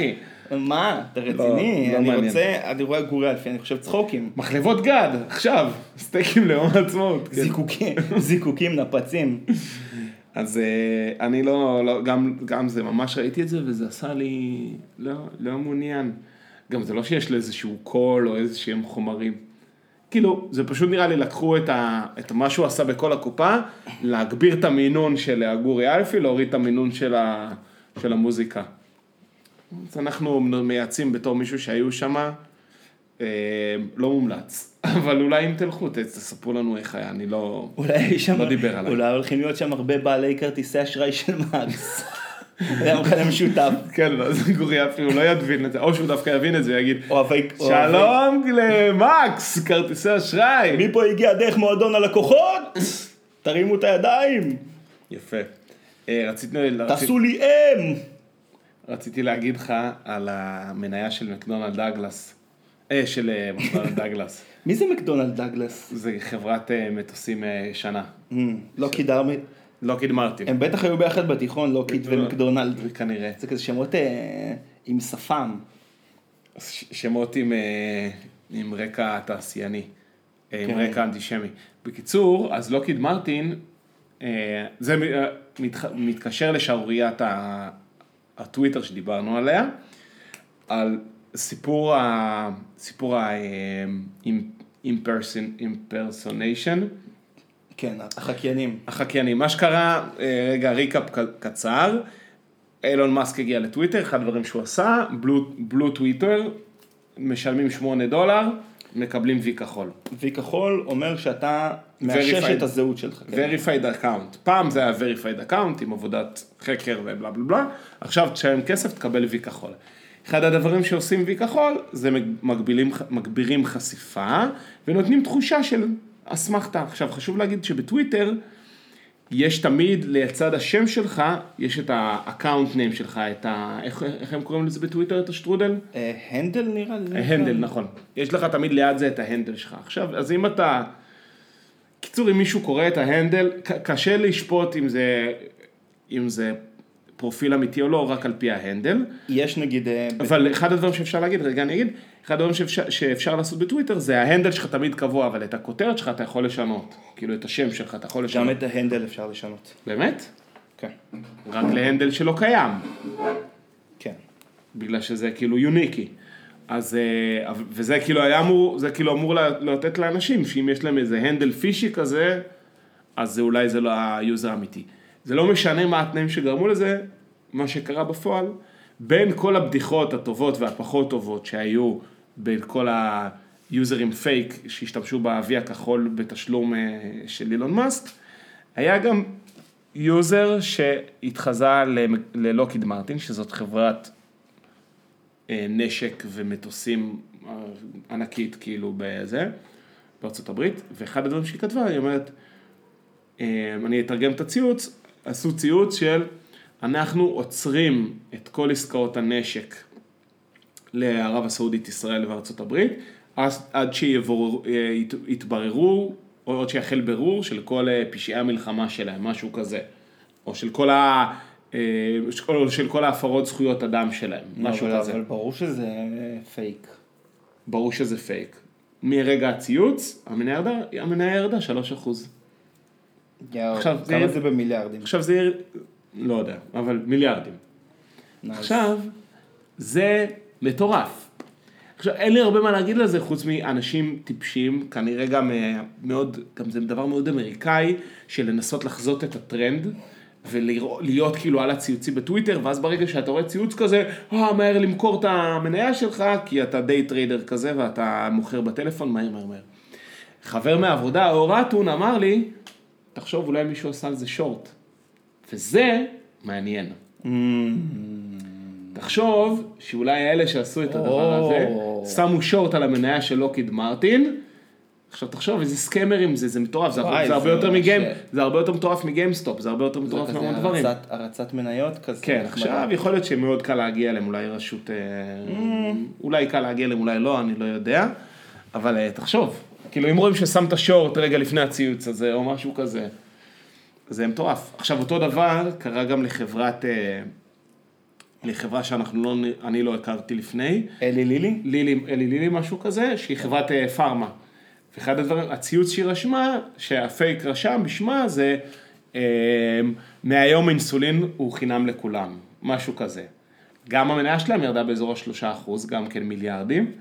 מה? אתה רציני? לא אני מעניין. רוצה, אני רואה גורי אלפי, אני חושב צחוקים. מחלבות גד, עכשיו, סטייקים ליום העצמאות. כן. זיקוקים, נפצים. אז אני גם זה, ממש ראיתי את זה, וזה עשה לי לא מעוניין. גם זה לא שיש לו איזשהו קול או איזשהם חומרים. כאילו, זה פשוט נראה לי, לקחו את מה שהוא עשה בכל הקופה, להגביר את המינון של גורי אלפי, להוריד את המינון של המוזיקה. אז אנחנו מייעצים בתור מישהו שהיו שם, לא מומלץ. אבל אולי אם תלכו, תספרו לנו איך היה, אני לא דיבר עליי. אולי הולכים להיות שם הרבה בעלי כרטיסי אשראי של מקס. זה המחנה משותף. כן, לא, זה גורי אלפי, הוא לא ידבין את זה, או שהוא דווקא יבין את זה, יגיד, שלום למקס, כרטיסי אשראי. מי פה הגיע דרך מועדון הלקוחות? תרימו את הידיים. יפה. תעשו לי רציתי להגיד לך על המניה של מקדונלד דאגלס. של מקדונלד דאגלס. מי זה מקדונלד דאגלס? זה חברת מטוסים שנה. לוקיד מרטין. הם בטח היו ביחד בתיכון, לוקיד ומקדונלד. כנראה. זה כזה שמות עם שפם. שמות עם רקע תעשייני. עם רקע אנטישמי. בקיצור, אז לוקיד מרטין, זה מתקשר לשערוריית הטוויטר שדיברנו עליה, על סיפור impersonation. כן, החקיינים. מה שקרה, רגע, ריקאפ קצר, אילון מאסק הגיע לטוויטר, אחד הדברים שהוא עשה, בלו טוויטר, משלמים $8, מקבלים וי כחול. וי כחול אומר שאתה מאשש את הזהות שלך. verified account. פעם זה היה verified account עם עבודת חקר ובלה בלה בלה, עכשיו תשלם כסף תקבל וי כחול. אחד הדברים שעושים וי כחול זה מגבירים חשיפה ונותנים תחושה של אסמכתה. עכשיו חשוב להגיד שבטוויטר יש תמיד לצד השם שלך, יש את ה-account name שלך, איך הם קוראים לזה בטוויטר, את השטרודל? הנדל נראה לי. הנדל, נכון. יש לך תמיד ליד זה את ההנדל שלך. עכשיו, אז אם אתה, קיצור, אם מישהו קורא את ההנדל, קשה לשפוט אם זה פרופיל אמיתי או לא, רק על פי ההנדל. יש נגיד... אבל אחד הדברים שאפשר להגיד, רגע אני אגיד, אחד הדברים שאפשר לעשות בטוויטר, זה ההנדל שלך תמיד קבוע, אבל את הכותרת שלך אתה יכול לשנות. כאילו את השם שלך אתה יכול לשנות. גם את ההנדל אפשר לשנות. באמת? כן. רק להנדל שלא קיים. כן. בגלל שזה כאילו יוניקי. אז, וזה כאילו היה אמור לתת לאנשים, שאם יש להם איזה הנדל פישי כזה, אז אולי זה לא היוזר האמיתי. זה לא משנה מה התנאים שגרמו לזה, מה שקרה בפועל, בין כל הבדיחות הטובות והפחות טובות שהיו בין כל היוזרים פייק שהשתמשו באבי הכחול בתשלום של אילון מאסק, היה גם יוזר שהתחזה ללוקיד מרטין, שזאת חברת נשק ומטוסים ענקית כאילו בארצות הברית, ואחד הדברים שהיא כתבה, היא אומרת, אני אתרגם את הציוץ, עשו ציוץ של אנחנו עוצרים את כל עסקאות הנשק לערב הסעודית, ישראל וארצות הברית, עד שיתבררו, או עד שיחל ברור של כל פשעי המלחמה שלהם, משהו כזה, או של כל ההפרות זכויות אדם שלהם, משהו כזה. אבל ברור שזה פייק. ברור שזה פייק. מרגע הציוץ, המניה ירדה 3%. כמה זה במיליארדים? עכשיו זה, לא יודע, אבל מיליארדים. עכשיו, זה מטורף. עכשיו, אין לי הרבה מה להגיד לזה, חוץ מאנשים טיפשים, כנראה גם זה דבר מאוד אמריקאי, של לנסות לחזות את הטרנד, ולהיות כאילו על הציוצי בטוויטר, ואז ברגע שאתה רואה ציוץ כזה, מהר למכור את המניה שלך, כי אתה די טריידר כזה, ואתה מוכר בטלפון, מהר. חבר מהעבודה, אורטון, אמר לי, תחשוב, אולי מישהו עשה על זה שורט. וזה מעניין. תחשוב שאולי האלה שעשו את הדבר הזה, שמו שורט על המניה של לוקיד מרטין, עכשיו תחשוב, איזה סקמרים זה מטורף, זה הרבה יותר מטורף מגיימסטופ, זה הרבה יותר מטורף מהמון דברים. זה הרצת מניות כזה. כן, עכשיו יכול להיות שמאוד קל להגיע אליהם, אולי רשות, אולי קל להגיע אליהם, אולי לא, אני לא יודע, אבל תחשוב, כאילו אם רואים ששמת שורט רגע לפני הציוץ הזה, או משהו כזה, זה מטורף. עכשיו אותו דבר קרה גם לחברת לחברה אני לא הכרתי לפני. אלי לילי? אלי לילי משהו כזה, שהיא חברת פארמה. ואחד הדברים, הציוץ שהיא רשמה, שהפייק רשם בשמה, זה מהיום אינסולין הוא חינם לכולם, משהו כזה. גם המניה שלהם ירדה באזור 3%, גם כן מיליארדים,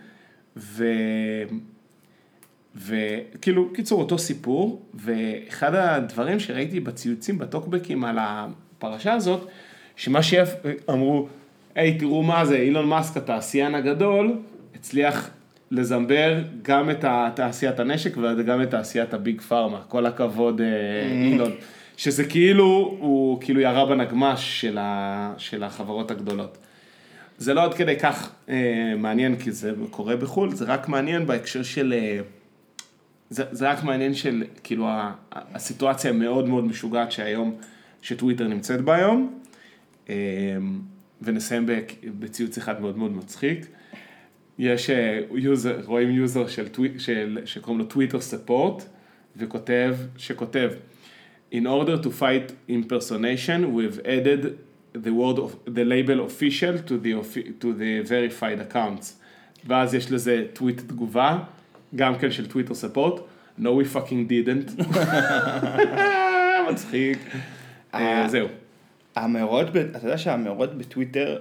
וכאילו, קיצור, אותו סיפור, ואחד הדברים שראיתי בציוצים, בטוקבקים על הפרשה הזאת, שמה שאמרו, היי, תראו מה זה, אילון מאסק, התעשיין הגדול, הצליח לזמבר גם את תעשיית הנשק וגם את תעשיית הביג פארמה. כל הכבוד, אילון. שזה כאילו, הוא כאילו ירה בנגמש של החברות הגדולות. זה לא עד כדי כך מעניין, כי זה קורה בחול, זה רק מעניין בהקשר של, זה רק מעניין של, כאילו, הסיטואציה מאוד מאוד משוגעת שהיום, שטוויטר נמצאת בה היום, ונסיים בציוץ אחד מאוד מאוד מצחיק. יש רואים יוזר שקוראים לו Twitter Support, שכותב, In order to fight impersonation, we've added the label official to the verified accounts. ואז יש לזה טוויט תגובה, גם כן של Twitter Support, No we fucking didn't. מצחיק. זהו. אתה יודע שהמאורות בטוויטר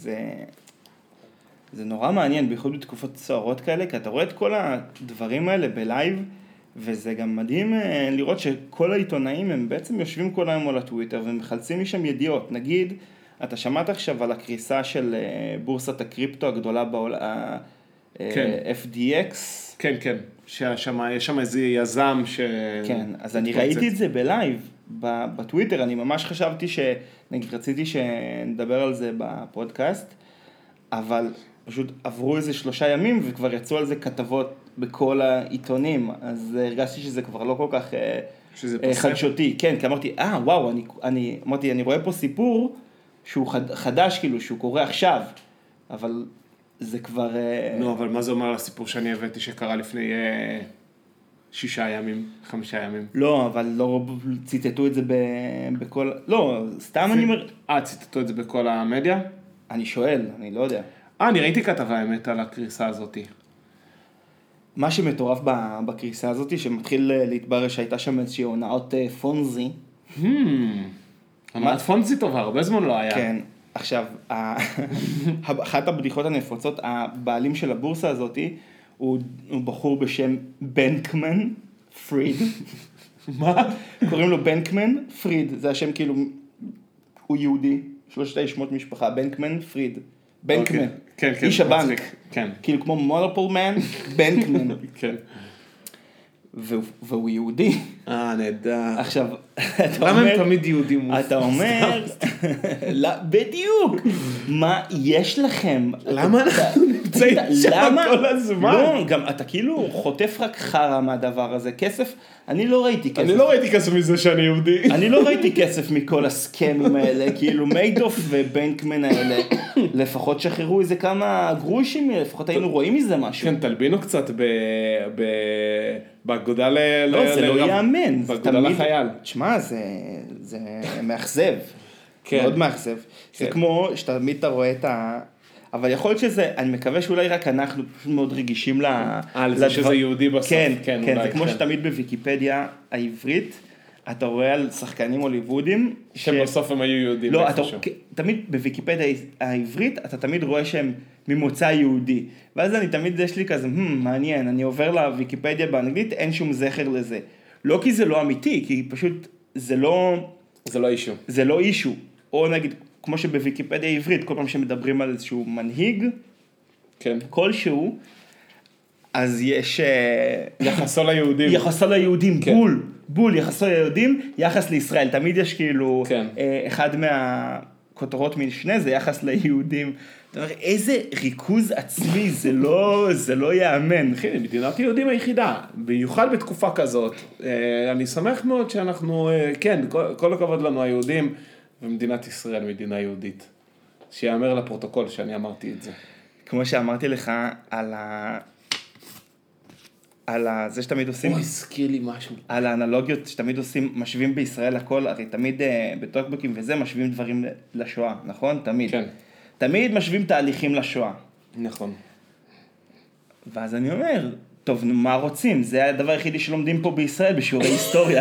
זה נורא מעניין, בייחוד בתקופות סוערות כאלה, כי אתה רואה את כל הדברים האלה בלייב, וזה גם מדהים לראות שכל העיתונאים הם בעצם יושבים כל היום על הטוויטר, ומחלצים משם ידיעות. נגיד, אתה שמעת עכשיו על הקריסה של בורסת הקריפטו הגדולה בעולם, FDX? כן, כן, יש שם איזה יזם כן, אז אני ראיתי את זה בלייב, בטוויטר, אני ממש חשבתי נגיד רציתי שנדבר על זה בפודקאסט, אבל פשוט עברו איזה 3 ימים וכבר יצאו על זה כתבות בכל העיתונים, אז הרגשתי שזה כבר לא כל כך חדשותי. כן, כי אמרתי, וואו, אני רואה פה סיפור שהוא חדש, כאילו, שהוא קורה עכשיו, אבל זה כבר... נו, אבל מה זה אומר על הסיפור שאני הבאתי שקרה לפני 6 ימים, 5 ימים? לא, אבל לא ציטטו את זה בכל... לא, סתם אני אומר... ציטטו את זה בכל המדיה? אני שואל, אני לא יודע. אני ראיתי כתבה האמת על הקריסה הזאת. מה שמטורף בקריסה הזאת, שמתחיל להתברר שהייתה שם איזושהי הונאות פונזי. הונאת פונזי טובה, הרבה זמן לא היה. כן, עכשיו, אחת הבדיחות הנפוצות, הבעלים של הבורסה הזאת, הוא בחור בשם בנקמן פריד. מה? קוראים לו בנקמן פריד, זה השם כאילו, הוא יהודי, 3 שמות משפחה, בנקמן פריד. בנקמן, איש הבנק, כאילו כמו מונופולמן, בנקמן. כן. והוא יהודי. נהדר. עכשיו, למה הם תמיד יהודים? אתה אומר, בדיוק, מה יש לכם? למה אנחנו נמצאים שם כל הזמן? לא, גם אתה כאילו חוטף רק חרה מהדבר הזה, כסף, אני לא ראיתי כסף. אני לא ראיתי כסף מזה שאני יהודי. אני לא ראיתי כסף מכל הסקמים האלה, כאילו מיידוף ובנקמן האלה, לפחות שחררו איזה כמה גרושים, לפחות היינו רואים מזה משהו. כן, תלבינו קצת באגודה לא, זה לא יאמן. באגודה לחייל. תשמע, זה מאכזב. מאוד מאכזב. זה כמו שתמיד אתה רואה את אבל יכול להיות שזה, אני מקווה שאולי רק אנחנו פשוט מאוד רגישים לזה שזה יהודי בסוף. כן, זה כמו שתמיד בוויקיפדיה העברית, אתה רואה על שחקנים הוליוודיים. שבסוף הם היו יהודים. לא, תמיד בוויקיפדיה העברית, אתה תמיד רואה שהם ממוצא יהודי. ואז אני תמיד יש לי כזה, מעניין, אני עובר לוויקיפדיה באנגלית, אין שום זכר לזה. לא כי זה לא אמיתי, כי פשוט זה לא אישו. זה לא אישו. או נגיד, כמו שבוויקיפדיה העברית, כל פעם שמדברים על איזשהו מנהיג, כן. כלשהו, אז יש... יחסו ליהודים. יחסו ליהודים, כן. בול, יחסו ליהודים, יחס לישראל. תמיד יש כאילו, כן. אחד מהכותרות משנה, זה יחס ליהודים. אתה אומר, איזה ריכוז עצמי, זה לא יאמן. אחי, מדינת יהודים היחידה, במיוחד בתקופה כזאת. אני שמח מאוד שאנחנו, כן, כל הכבוד לנו היהודים, ומדינת ישראל מדינה יהודית. שיאמר לפרוטוקול שאני אמרתי את זה. כמו שאמרתי לך על זה שתמיד עושים... הזכיר לי משהו. על האנלוגיות שתמיד עושים, משווים בישראל הכל, הרי תמיד בטוקבקים וזה, משווים דברים לשואה, נכון? תמיד. כן. תמיד משווים תהליכים לשואה. נכון. ואז אני אומר, טוב, מה רוצים? זה הדבר היחידי שלומדים פה בישראל, בשיעורי היסטוריה.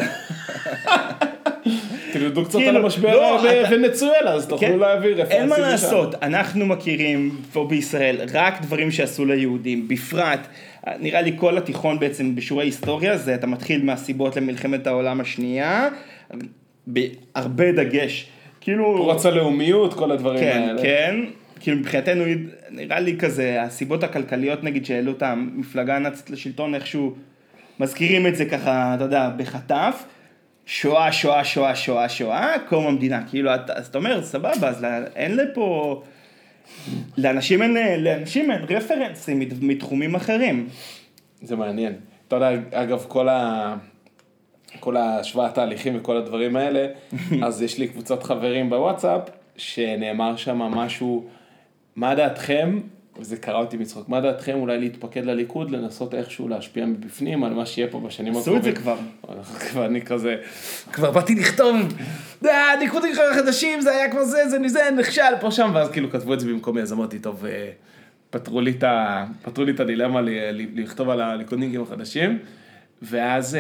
תלמדו קצת על המשבר בוונצואלה, אז תוכלו להעביר רפרנסים. אין מה לעשות, אנחנו מכירים פה בישראל רק דברים שעשו ליהודים, בפרט, נראה לי כל התיכון בעצם בשיעורי היסטוריה, זה אתה מתחיל מהסיבות למלחמת העולם השנייה, בהרבה דגש, כאילו... פורץ הלאומיות, כל הדברים האלה. כן, כאילו מבחינתנו נראה לי כזה, הסיבות הכלכליות נגיד שהעלו את המפלגה הנאצית לשלטון, איכשהו מזכירים את זה ככה, אתה יודע, בחטף, שואה, שואה, שואה, שואה, שואה, קום המדינה, כאילו, אז אתה אומר, סבבה, אז אין לפה, לאנשים אין רפרנסים מתחומים אחרים. זה מעניין. אתה יודע, אגב, כל השוואת תהליכים וכל הדברים האלה, אז יש לי קבוצת חברים בוואטסאפ, שנאמר שם משהו, מה דעתכם, וזה קרא אותי מצחוק, מה דעתכם אולי להתפקד לליכוד, לנסות איכשהו להשפיע מבפנים על מה שיהיה פה בשנים הקרובים. עשו את זה כבר. אני כזה, כבר באתי לכתוב, ליכודים חדשים, זה היה כמו זה נכשל פה שם, ואז כאילו כתבו את זה במקומי, אז אמרתי, טוב, פתרו לי את הדילמה לכתוב על הליכודניקים החדשים, ואז,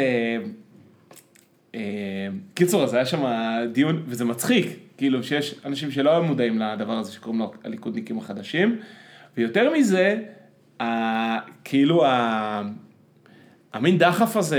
קיצור, אז היה שם דיון, וזה מצחיק, כאילו שיש אנשים שלא היו מודעים לדבר הזה שקוראים לו הליכודניקים החדשים, ויותר מזה, כאילו המין דחף הזה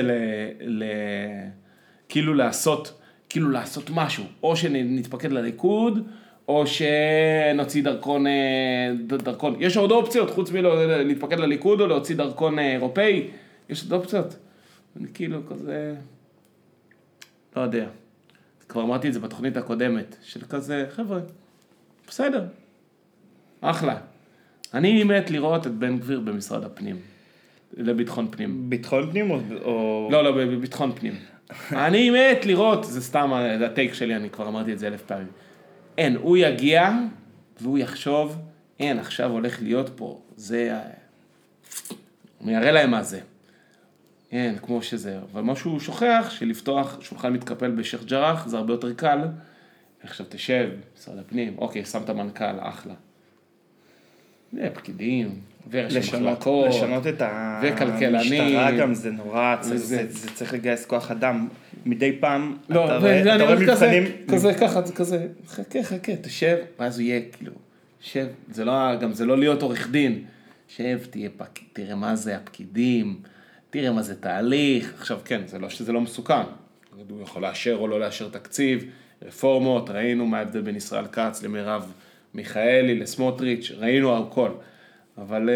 כאילו לעשות משהו, או שנתפקד לליכוד, או שנוציא דרכון, יש עוד אופציות, חוץ מלהתפקד לליכוד, או להוציא דרכון אירופאי, יש עוד אופציות. אני כאילו כזה, לא יודע, כבר אמרתי את זה בתוכנית הקודמת, של כזה, חבר'ה, בסדר, אחלה. אני מת לראות את בן גביר במשרד הפנים, לביטחון פנים. ביטחון פנים או... לא, בביטחון פנים. אני מת לראות, זה סתם, זה הטייק שלי, אני כבר אמרתי את זה 1000 פעמים. אין, הוא יגיע, והוא יחשוב, אין, עכשיו הולך להיות פה, זה... הוא יראה להם מה זה. אין, כמו שזה. אבל מה שהוא שוכח, שלפתוח שולחן מתקפל בשייח ג'ראח, זה הרבה יותר קל. עכשיו תשב, משרד הפנים, אוקיי, שמת מנכ"ל, אחלה. זה פקידים, לשנות את המשטרה גם זה נורא, זה צריך לגייס כוח אדם. מדי פעם, אתה רואה מבחנים... כזה, חכה, תשב, ואז הוא יהיה כאילו, שב, זה לא להיות עורך דין, שב, תראה מה זה הפקידים, תראה מה זה תהליך, עכשיו כן, זה לא שזה לא מסוכן, הוא יכול לאשר או לא לאשר תקציב, רפורמות, ראינו מה ההבדל בין ישראל כץ למרב מיכאלי, לסמוטריץ', ראינו הכל, אבל,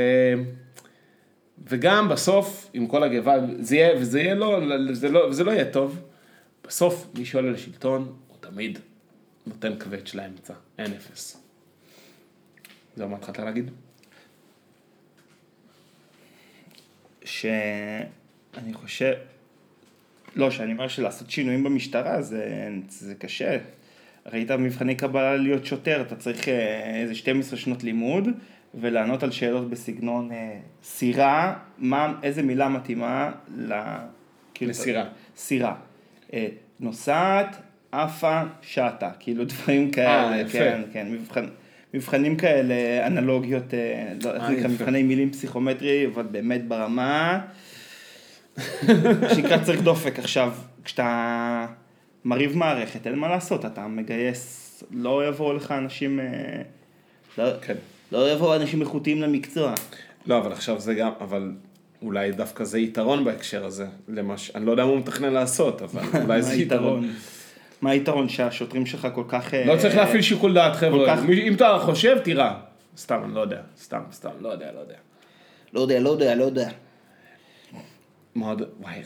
וגם בסוף, עם כל הגאווה, וזה לא יהיה טוב, בסוף מי שעולה לשלטון, הוא תמיד נותן קווץ' לאמצע, אין אפס. זה מה התחלת להגיד? שאני חושב, לא, שאני אומר שלעשות שינויים במשטרה זה קשה. ראית מבחני קבלה להיות שוטר, אתה צריך איזה 12 שנות לימוד, ולענות על שאלות בסגנון סירה, איזה מילה מתאימה לסירה. סירה. נוסעת, אפה, שטה, כאילו דברים כאלה, כן, מבחנים כאלה, אנלוגיות, מבחני מילים פסיכומטרי, אבל באמת ברמה, שנקרא צריך דופק. עכשיו, כשאתה מריב מערכת, אין מה לעשות, אתה מגייס, לא יבואו לך אנשים, לא יבואו אנשים איכותיים למקצוע. לא, אבל עכשיו זה גם, אבל אולי דווקא זה יתרון בהקשר הזה, אני לא יודע מה הוא מתכנן לעשות, אבל אולי זה יתרון. מה היתרון שהשוטרים שלך כל כך... לא צריך להפעיל שיקול דעת, חבר'ה. אם אתה חושב, תירה. סתם, אני לא יודע. סתם, לא יודע. מאוד, וואי,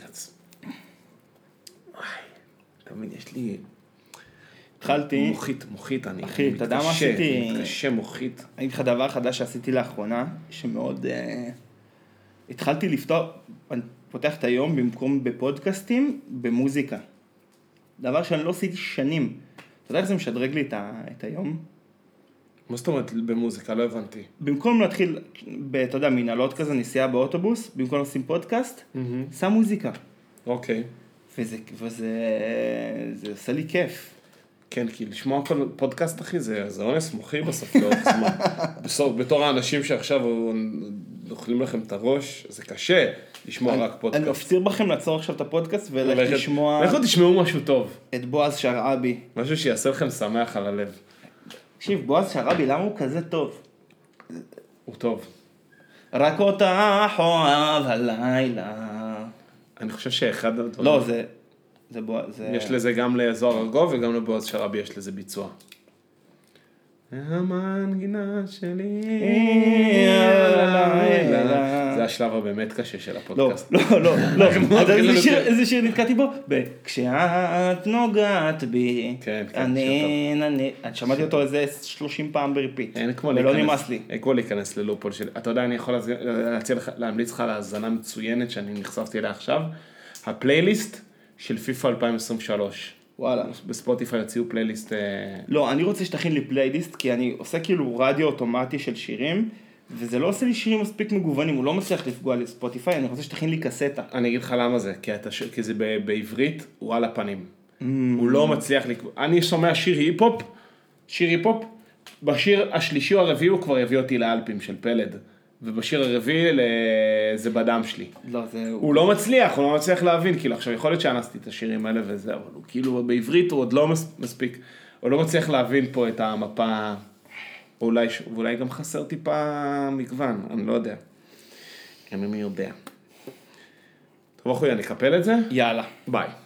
תמיד יש לי... התחלתי... מוחית, אני אתה יודע מה עשיתי? מתקשה מוחית. אני אגיד לך דבר חדש שעשיתי לאחרונה, שמאוד... התחלתי לפתוח, אני פותח את היום במקום בפודקאסטים, במוזיקה. דבר שאני לא עשיתי שנים. אתה יודע איך זה משדרג לי את היום? מה זאת אומרת במוזיקה? לא הבנתי. במקום להתחיל, אתה יודע, מנהלות כזה, נסיעה באוטובוס, במקום לשים פודקאסט, שם מוזיקה. אוקיי. וזה עושה לי כיף. כן, כי לשמוע פודקאסט, אחי, זה אונס מוחי בסוף, לאורך זמן. בסוף, בתור האנשים שעכשיו אוכלים לכם את הראש, זה קשה לשמוע רק פודקאסט. אני מפציר בכם לעצור עכשיו את הפודקאסט ולכת לשמוע... לכו תשמעו משהו טוב. את בועז שרעבי. משהו שיעשה לכם שמח על הלב. תקשיב, בועז שרעבי, למה הוא כזה טוב? הוא טוב. רק אותך אוהב הלילה. אני חושב שאחד הדברים... לא, זה בועז... יש לזה גם לזוהר ארגוב וגם לבועז שרעבי יש לזה ביצוע. המנגינה שלי זה השלב הבאמת קשה של הפודקאסט. לא. איזה שיר נתקעתי בו? כשאת נוגעת בי, אני שמעתי אותו איזה 30 פעם בריפיט, ולא נמאס לי. אין כמו להיכנס ללופול שלי. אתה יודע, אני יכול להמליץ לך להאזנה מצוינת שאני נחשפתי אליה עכשיו. הפלייליסט של פיפה 2023. וואלה. בספוטיפיי יוציאו פלייליסט... לא, אני רוצה שתכין לי פלייליסט, כי אני עושה כאילו רדיו אוטומטי של שירים, וזה לא עושה לי שירים מספיק מגוונים, הוא לא מצליח לפגוע לספוטיפיי, אני רוצה שתכין לי קסטה. אני אגיד לך למה זה, כי זה בעברית, הוא על הפנים. הוא לא מצליח לקבוע... אני שומע שיר היפ-הופ, בשיר השלישי או הרביעי הוא כבר יביא אותי לאלפים של פלד. ובשיר הרביעי זה בדם שלי. לא, זה... הוא לא מצליח להבין, כאילו עכשיו יכול להיות שאנסתי את השירים האלה וזה, אבל הוא כאילו בעברית הוא עוד לא מספיק, הוא לא מצליח להבין פה את המפה, ואולי גם חסר טיפה מגוון, אני לא יודע. מי יודע. טוב אחוי, אני אקפל את זה? יאללה. ביי.